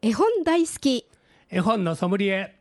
絵本大好き絵本のソムリエ。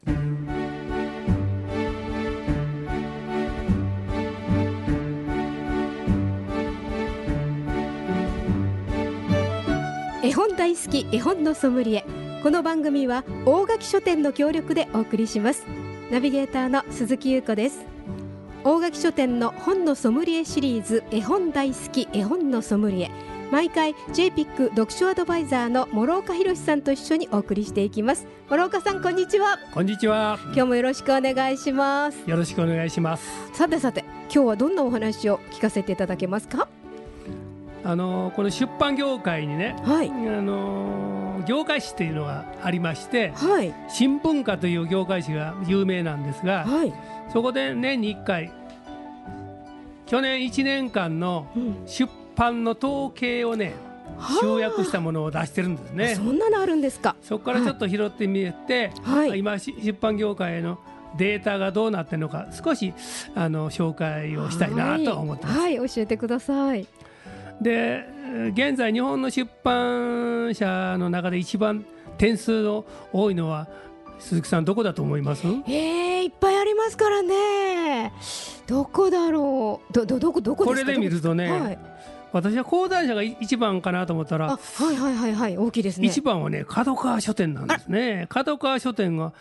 絵本大好き絵本のソムリエ。この番組は大垣書店の協力でお送りします。ナビゲーターの鈴木優子です。大垣書店の本のソムリエシリーズ、絵本大好き絵本のソムリエ、毎回 JPIC 読書アドバイザーの諸岡博さんと一緒にお送りしていきます。諸岡さん、こんにちは。 こんにちは。 今日もよろしくお願いします。 よろしくお願いします。 さてさて、今日はどんなお話を聞かせていただけますか？ この出版業界にね、 はい、 業界誌っていうのがありまして、 はい、 新聞課という業界誌が有名なんですが、 はい、 そこで年に1回去年1年間の出版の統計をね、集約したものを出してるんですね。 そんなのあるんですか？ そこからちょっと拾ってみて、 はい、 今出版業界のデータがどうなっているのか少し紹介をしたいなと思ってます。 はい、はい、教えてください。 で、現在日本の出版社の中で一番点数の多いのは鈴木さん、どこだと思います？ いっぱいありますからね。どこだろう。どこですか？ これで見るとね、 はい、 私は講談社が一番かなと思ったら、 はいはいはいはい、大きいですね。 一番はね、角川書店なんですね。角川書店が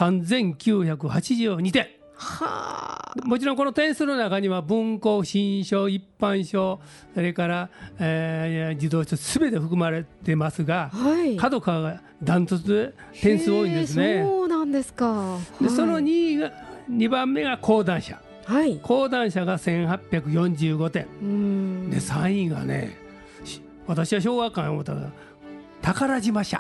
3982点。 はあ、 もちろんこの点数の中には文庫、新書、一般書、それから、児童書すべて含まれてますが、 はい、 角川がダントツで点数多いんですね。 そうなんですか。 でその2番目が講談社、 はい、 講談社が1845点で、3位がね、私は小学館に思ったら宝島社。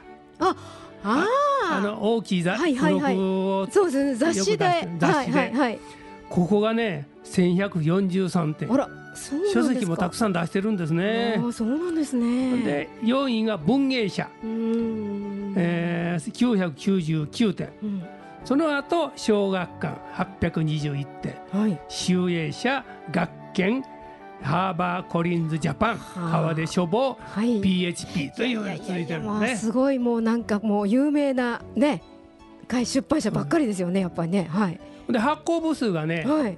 大きい付録をそうですね、雑誌で、はいはいはい、 ここがね1143点。 あら、そうなんですか。 書籍もたくさん出してるんですね。 そうなんですね。 で4位が文芸社、999点、その後小学館821点、はい、集英社、学研、ハーバーコリンズジャパン、川出書房、はい、PHP というのが続いてるんですね。 すごい、もうなんかもう有名なね、出版社ばっかりですよね、やっぱりね。はい、で発行部数がね、はい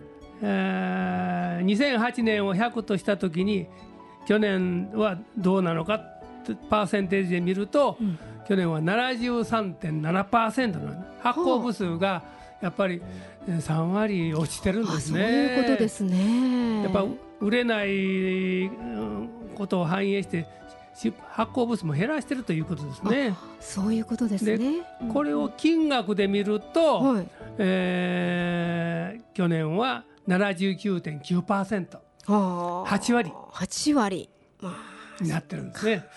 、2008年を100としたときに去年はどうなのかパーセンテージで見ると、去年は 73.7% の発行部数がやっぱり3割落ちてるんですね。 そういうことですね。 やっぱ売れないことを反映して発行部数も減らしてるということですね。 そういうことですね。 でこれを金額で見ると、はい、去年は 79.9%、8割になってるんですね。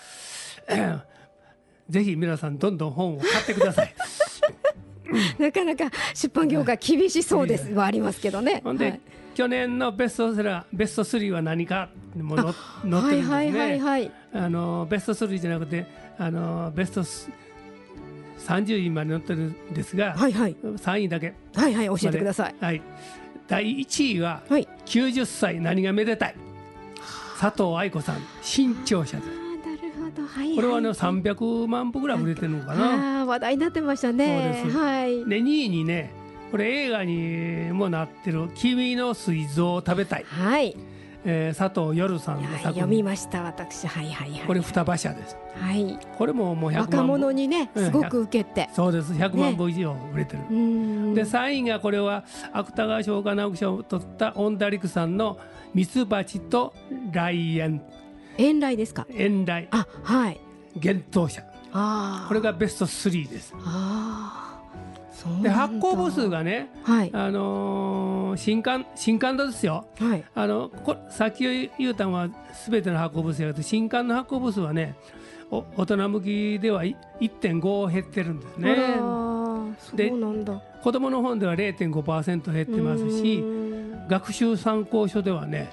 ぜひ皆さんどんどん本を買ってください。 なかなか出版業界厳しそうですはありますけどね。 で、はい、去年のベストセラー、ベスト3は何かも載ってるんですね。はいはいはい、ベスト3じゃなくてベスト30位まで載ってるんですが、はいはい、3位だけ、 はいはい、教えてください。 はい、第1位は90歳何がめでたい、佐藤愛子さん、新潮社です。これはね300万部ぐらい売れてるのかな。 話題になってましたね。 そうです、はい、で2位にね、これ映画にもなってる君の膵臓を食べたい、はい、佐藤夜さんの作品、 読みました私。はいはいはい、 これ双葉社です。はい、これももう100万部、 若者にねすごく受けて、 そうです、100万部以上売れてる、ね、で3位がこれは芥川賞か直木賞を取った恩田陸さんのミツバチと来園。 遠来ですか？ 遠来、 はい、 幻冬舎、これがベスト3です。で発行部数がね、はい、新刊ですよ、はい、さっき言うたのは全ての発行部数やけど、新刊の発行部数はね、大人向きでは 1.5 減ってるんですね。そうなんだ。子どもの本では 0.5% 減ってますし、学習参考書ではね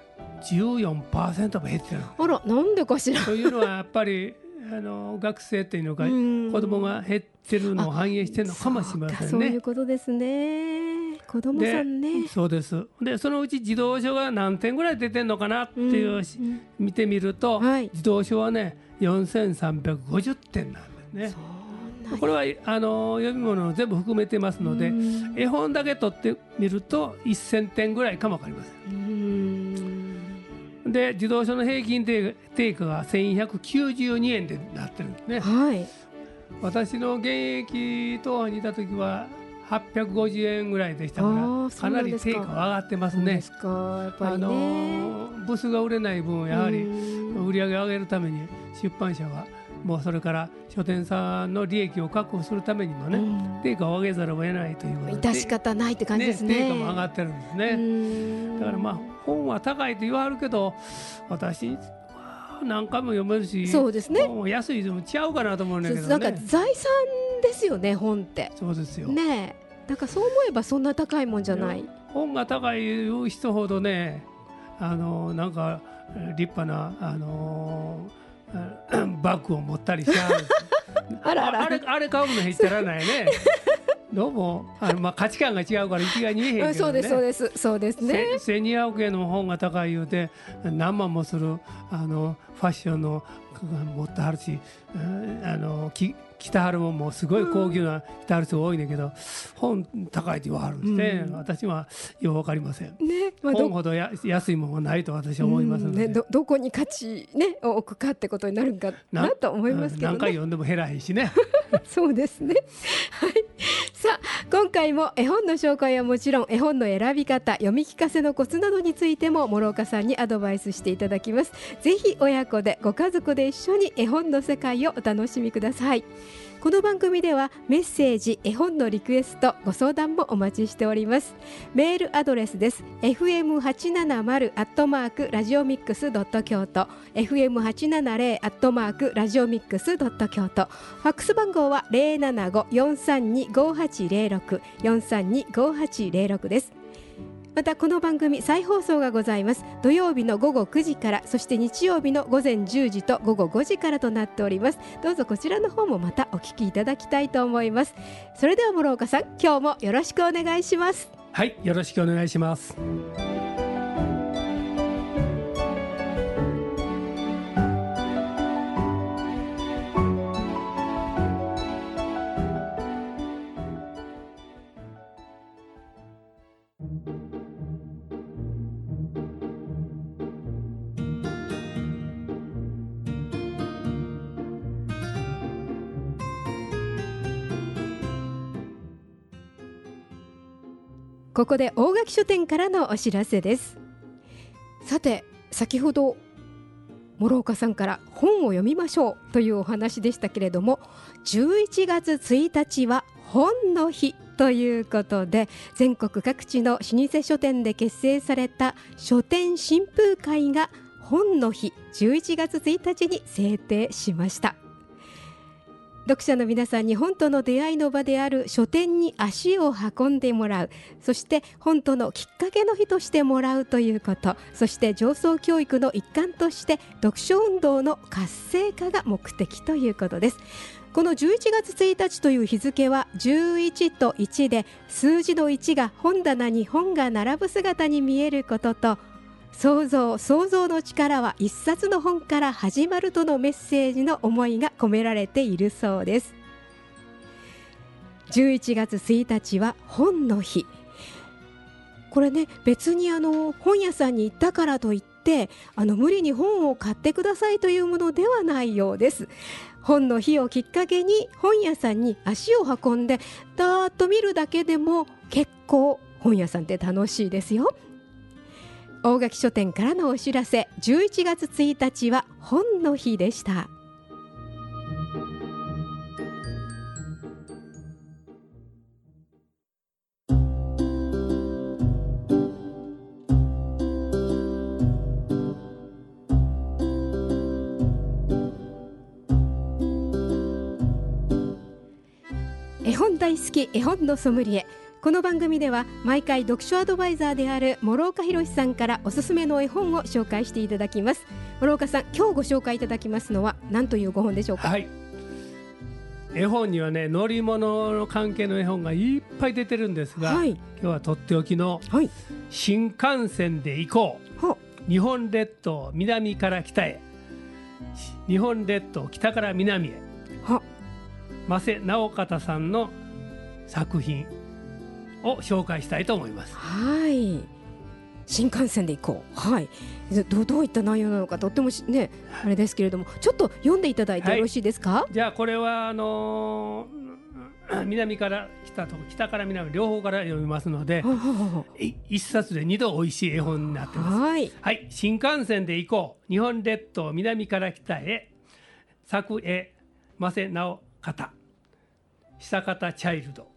14% も減ってる。 あら、なんでかしら。 というのはやっぱり学生というのが子どもが減ってるのを反映してるのかもしれませんね。 そういうことですね。子どもさんね。 そうです。でそのうち児童書が何点ぐらい出てるのかなっていう、見てみると、はい、児童書はね4350点なんですね。 これは読み物を全部含めてますので、絵本だけ取ってみると1000点ぐらいかも分かりません。で児童書の平均定価が1192円でなってるんですね。はい、私の現役当派にいた時は850円ぐらいでしたから、かなり定価は上がってますね。 やっぱりね、 部数が売れない分やはり売り上げを上げるために出版社はもうそれから書店さんの利益を確保するためにもね、定価を上げざるを得ないということで、 致し方ないって感じですね。 定価も上がってるんですね。だからまあ本は高いと言わはるけど、私何回も読めるし、 そうですね、 安いでも違うかなと思うんだけどね。 なんか財産ですよね、本って。 そうですよね。だからそう思えばそんな高いもんじゃない。 本が高い人ほどね、なんか立派なバッグを持ったりしちゃうあれ買うのへったらないね。どうも価値観が違うから一概に言えへんけどね。 そうですそうですそうですね。 1200億円の本が高い言うて何万もするファッションの持ってはるし、着てはるもんもすごい高級な着てはる人が多いんだけど、本高いって言わはるんですね。私はよく分かりません、ね。本ほど安いものはないと私は思いますので、 どこに価値、を置くかってことになるかなと思いますけどね。 何回読んでも減らへんしね。 そうですね。はい。さあ今回も絵本の紹介はもちろん、絵本の選び方、読み聞かせのコツなどについても諸岡さんにアドバイスしていただきます。ぜひ親子でご家族で一緒に絵本の世界をお楽しみください。この番組ではメッセージ、絵本のリクエスト、ご相談もお待ちしております。メールアドレスです。 fm870@radiomix.kyoto、 fm870@radiomix.kyoto、 ファックス番号は 075-432-5806 432-5806 です。またこの番組再放送がございます。土曜日の午後9時から、そして日曜日の午前10時と午後5時からとなっております。どうぞこちらの方もまたお聞きいただきたいと思います。それでは諸岡さん、今日もよろしくお願いします。 はい、よろしくお願いします。 ここで大垣書店からのお知らせです。さて、先ほど諸岡さんから本を読みましょうというお話でしたけれども、11月1日は本の日ということで、全国各地の老舗書店で結成された書店新風会が本の日11月1日に制定しました。読者の皆さんに本との出会いの場である書店に足を運んでもらう、そして本とのきっかけの日としてもらうということ、そして情操教育の一環として読書運動の活性化が目的ということです。この11月1日という日付は11と1で、数字の1が本棚に本が並ぶ姿に見えることと、創造の力は一冊の本から始まるとのメッセージの思いが込められているそうです。11月1日は本の日。これね、別に本屋さんに行ったからといって無理に本を買ってくださいというものではないようです。本の日をきっかけに本屋さんに足を運んでだーっと見るだけでも結構本屋さんって楽しいですよ。大垣書店からのお知らせ、11月1日は本の日でした。絵本大好き、絵本のソムリエ。この番組では毎回読書アドバイザーである諸岡博さんからおすすめの絵本を紹介していただきます。諸岡さん、今日ご紹介いただきますのは何というご本でしょうか？ はい、絵本にはね、乗り物の関係の絵本がいっぱい出てるんですが、はい、今日はとっておきの、はい、新幹線で行こう、日本列島南から北へ、日本列島北から南へ、 間瀬直方さんの作品を紹介したいと思います。 はい、新幹線で行こう。はい、どういった内容なのかとってもね、あれですけれども、ちょっと読んでいただいてよろしいですか？ じゃあこれは南から北と北から南両方から読みますので、一冊で二度おいしい絵本になってます。はい、新幹線で行こう、日本列島南から北へ、作絵間瀬直方、久方チャイルド。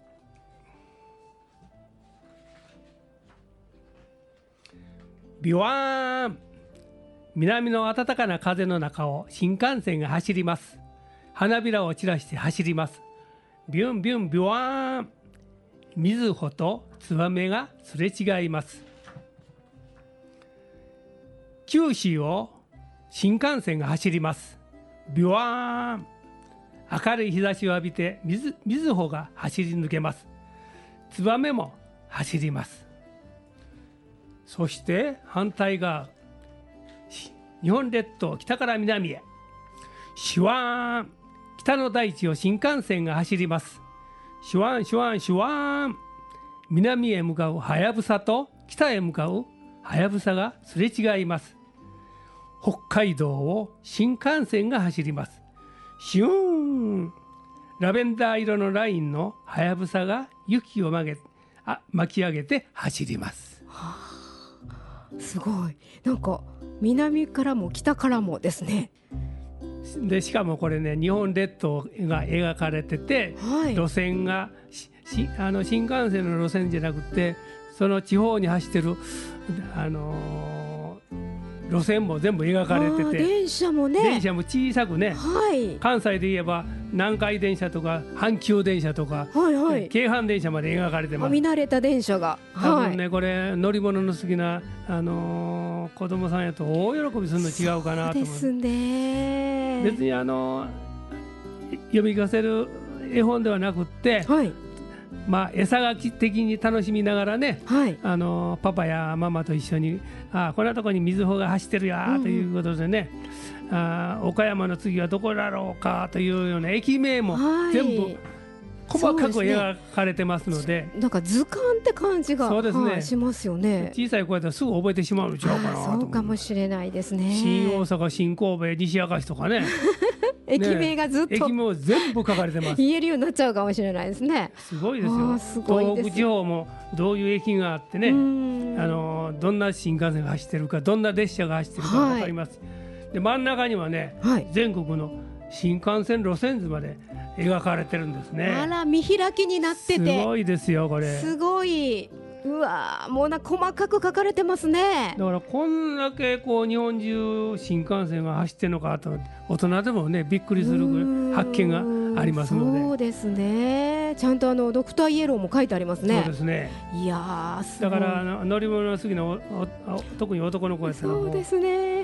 ビワーン、南の暖かな風の中を新幹線が走ります。花びらを散らして走ります。ビュンビュンビワーン、瑞穂とツバメがすれ違います。九州を新幹線が走ります。ビワーン、明るい日差しを浴びて瑞穂が走り抜けます。ツバメも走ります。そして反対側、日本列島北から南へ、シュワーン、北の大地を新幹線が走ります。シュワンシュワンシュワーン、南へ向かうはやぶさと北へ向かうはやぶさがすれ違います。北海道を新幹線が走ります。シューン、ラベンダー色のラインのはやぶさが雪を巻き上げて走ります。 すごい、なんか南からも北からもですね。 でしかもこれね、日本列島が描かれてて、路線が新幹線の路線じゃなくて、その地方に走ってる、路線も全部描かれてて、 電車も小さくね、関西で言えば南海電車とか阪急電車とか、京阪電車まで描かれてます。 見慣れた電車が、 多分ね、これ乗り物の好きな、子供さんやと大喜びするの違うかなと思う。 そうですね。 別に読み聞かせる絵本ではなくって、餌書き的に楽しみながらね、パパやママと一緒に、こんなとこに瑞穂が走ってるやということでね、岡山の次はどこだろうかというような駅名も全部細かく描かれてますので、 なんか図鑑って感じが、しますよね。 小さい子やったらすぐ覚えてしまうのちゃうかなと思う。 そうかもしれないですね。 新大阪、新神戸、西明石とかね駅名がずっと、 駅名全部書かれてます。 言えるようになっちゃうかもしれないですね。 すごいですよ。東北地方もどういう駅があってね、どんな新幹線が走ってるか、どんな列車が走ってるか分かります。で真ん中にはね、全国の新幹線路線図まで描かれてるんですね。 あら、見開きになっててすごいですよこれ。 すごい。うわ、もう細かく書かれてますね。 だからこんだけこう日本中新幹線が走ってるのかと、大人でもねびっくりする発見がありますので。 そうですね。ちゃんとドクターイエローも書いてありますね。 そうですね。 いやすごい。 だから乗り物の好きな特に男の子やったら、 そうですね、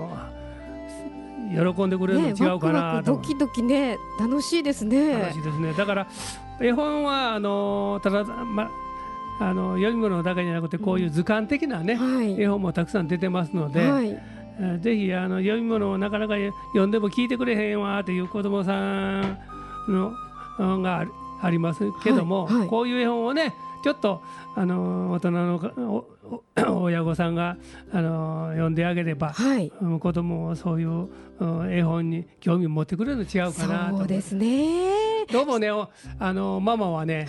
喜んでくれるの違うかなと。 ドキドキね、楽しいですね。 楽しいですね。だから絵本はただ読み物だけじゃなくて、こういう図鑑的なね、絵本もたくさん出てますので、ぜひ読み物をなかなか読んでも聞いてくれへんわという子どもさんのがありますけども、こういう絵本をね、ちょっと大人の親御さんが読んであげれば、子どももそういう絵本に興味を持ってくれるの違うかなと。 そうですね。 どうもね、ママはね、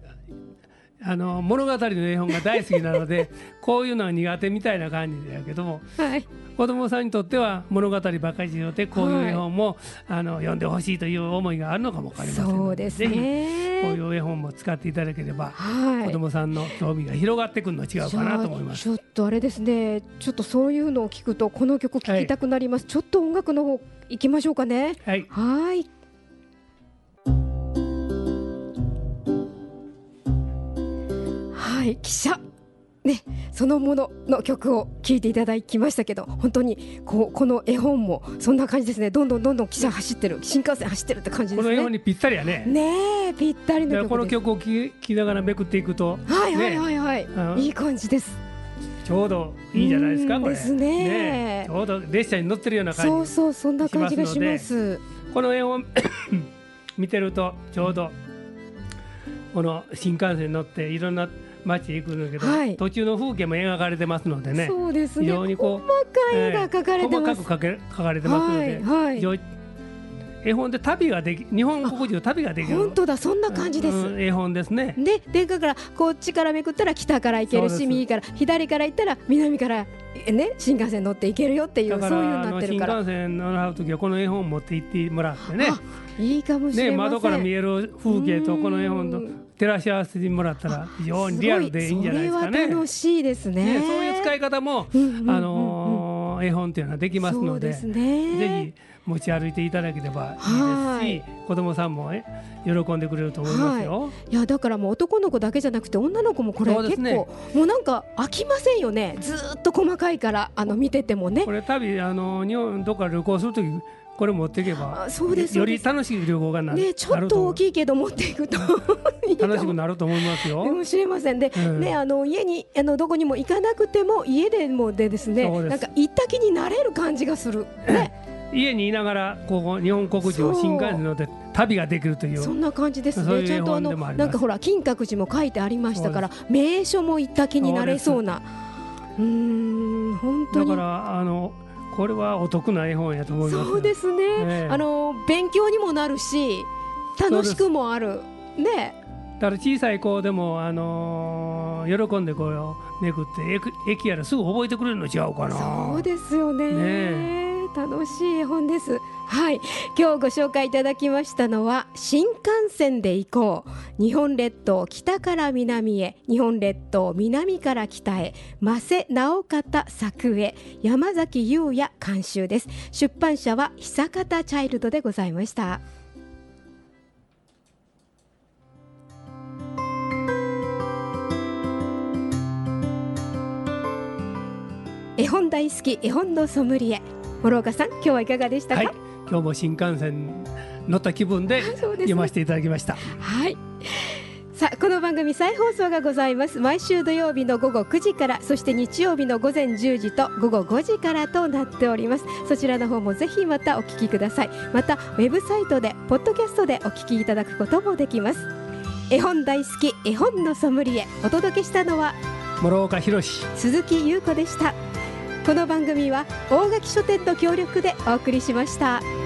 物語の絵本が大好きなのでこういうのは苦手みたいな感じだけども、子どもさんにとっては物語ばかりで、こういう絵本も読んでほしいという思いがあるのかもわかりませんので、 そうですね、 ぜひこういう絵本も使っていただければ、子どもさんの興味が広がってくるの違うかなと思います。 ちょっとあれですね、ちょっとそういうのを聞くとこの曲聴きたくなります。ちょっと音楽の方行きましょうかね。はい。汽車ね、そのものの曲を聴いていただきましたけど、本当にこの絵本もそんな感じですね。どんどん汽車走ってる、新幹線走ってるって感じですね。 この絵本にぴったりやね。 ぴったりの曲です。 この曲を聴きながらめくっていくと、 いい感じです。 ちょうどいいんじゃないですか、これですね。 ちょうど列車に乗ってるような感じ。 そんな感じがします。 この絵本見てるとちょうどこの新幹線に乗っていろんな街へ行くんだけど、はい、途中の風景も描かれてますのでね、 そうですね、 非常にこう細かい絵が描かれてます、 細かく描かれてますので、はいはい、非常に絵本で旅ができ、日本国中旅ができる、 本当だ、そんな感じです、 絵本ですね。 でだからこっちからめくったら北から行けるし、右から左から行ったら南からね、新幹線乗って行けるよっていう、そういうのになってるから、 新幹線乗らうときはこの絵本を持って行ってもらってね、 いいかもしれません、 窓から見える風景とこの絵本と照らし合わせてもらったら非常にリアルでいいんじゃないですかね。 それは楽しいですね。 そういう使い方も、絵本というのはできますので、ぜひ持ち歩いていただければいいですし、子どもさんも喜んでくれると思いますよ。 いやだからもう男の子だけじゃなくて女の子もこれ結構、もうなんか飽きませんよね。ずっと細かいから見ててもね。 これ旅日本どこか旅行するときこれ持っていけばより楽しい旅行がなるね。 ちょっと大きいけど持っていくと楽しくなると思いますよ。 かもしれませんで、ね、家にどこにも行かなくても家でもでですね、なんか行った気になれる感じがする、ね、 家にいながらここ日本国中を新幹線乗って旅ができるという、 そんな感じですね。ちゃんとなんかほら金閣寺も書いてありましたから、名所も行った気になれそうな、本当にだからこれはお得な絵本やと思います。 そうですね、勉強にもなるし楽しくもあるね。 だから小さい子でも喜んでこれをめくって駅やらすぐ覚えてくれるの違うかな。 そうですよ ね楽しい絵本です。はい、今日ご紹介いただきましたのは新幹線で行こう、日本列島北から南へ、日本列島南から北へ、間瀬直方作絵、山崎優也監修です。出版社は久方チャイルドでございました。絵本大好き、絵本のソムリエ諸岡さん、今日はいかがでしたか？ はい、今日も新幹線乗った気分で読ませていただきました。 はい、さあこの番組再放送がございます。毎週土曜日の午後9時から、そして日曜日の午前10時と午後5時からとなっております。そちらの方もぜひまたお聞きください。またウェブサイトでポッドキャストでお聞きいただくこともできます。絵本大好き、絵本のソムリエ、お届けしたのは諸岡博、 鈴木優子でした。この番組は大垣書店の協力でお送りしました。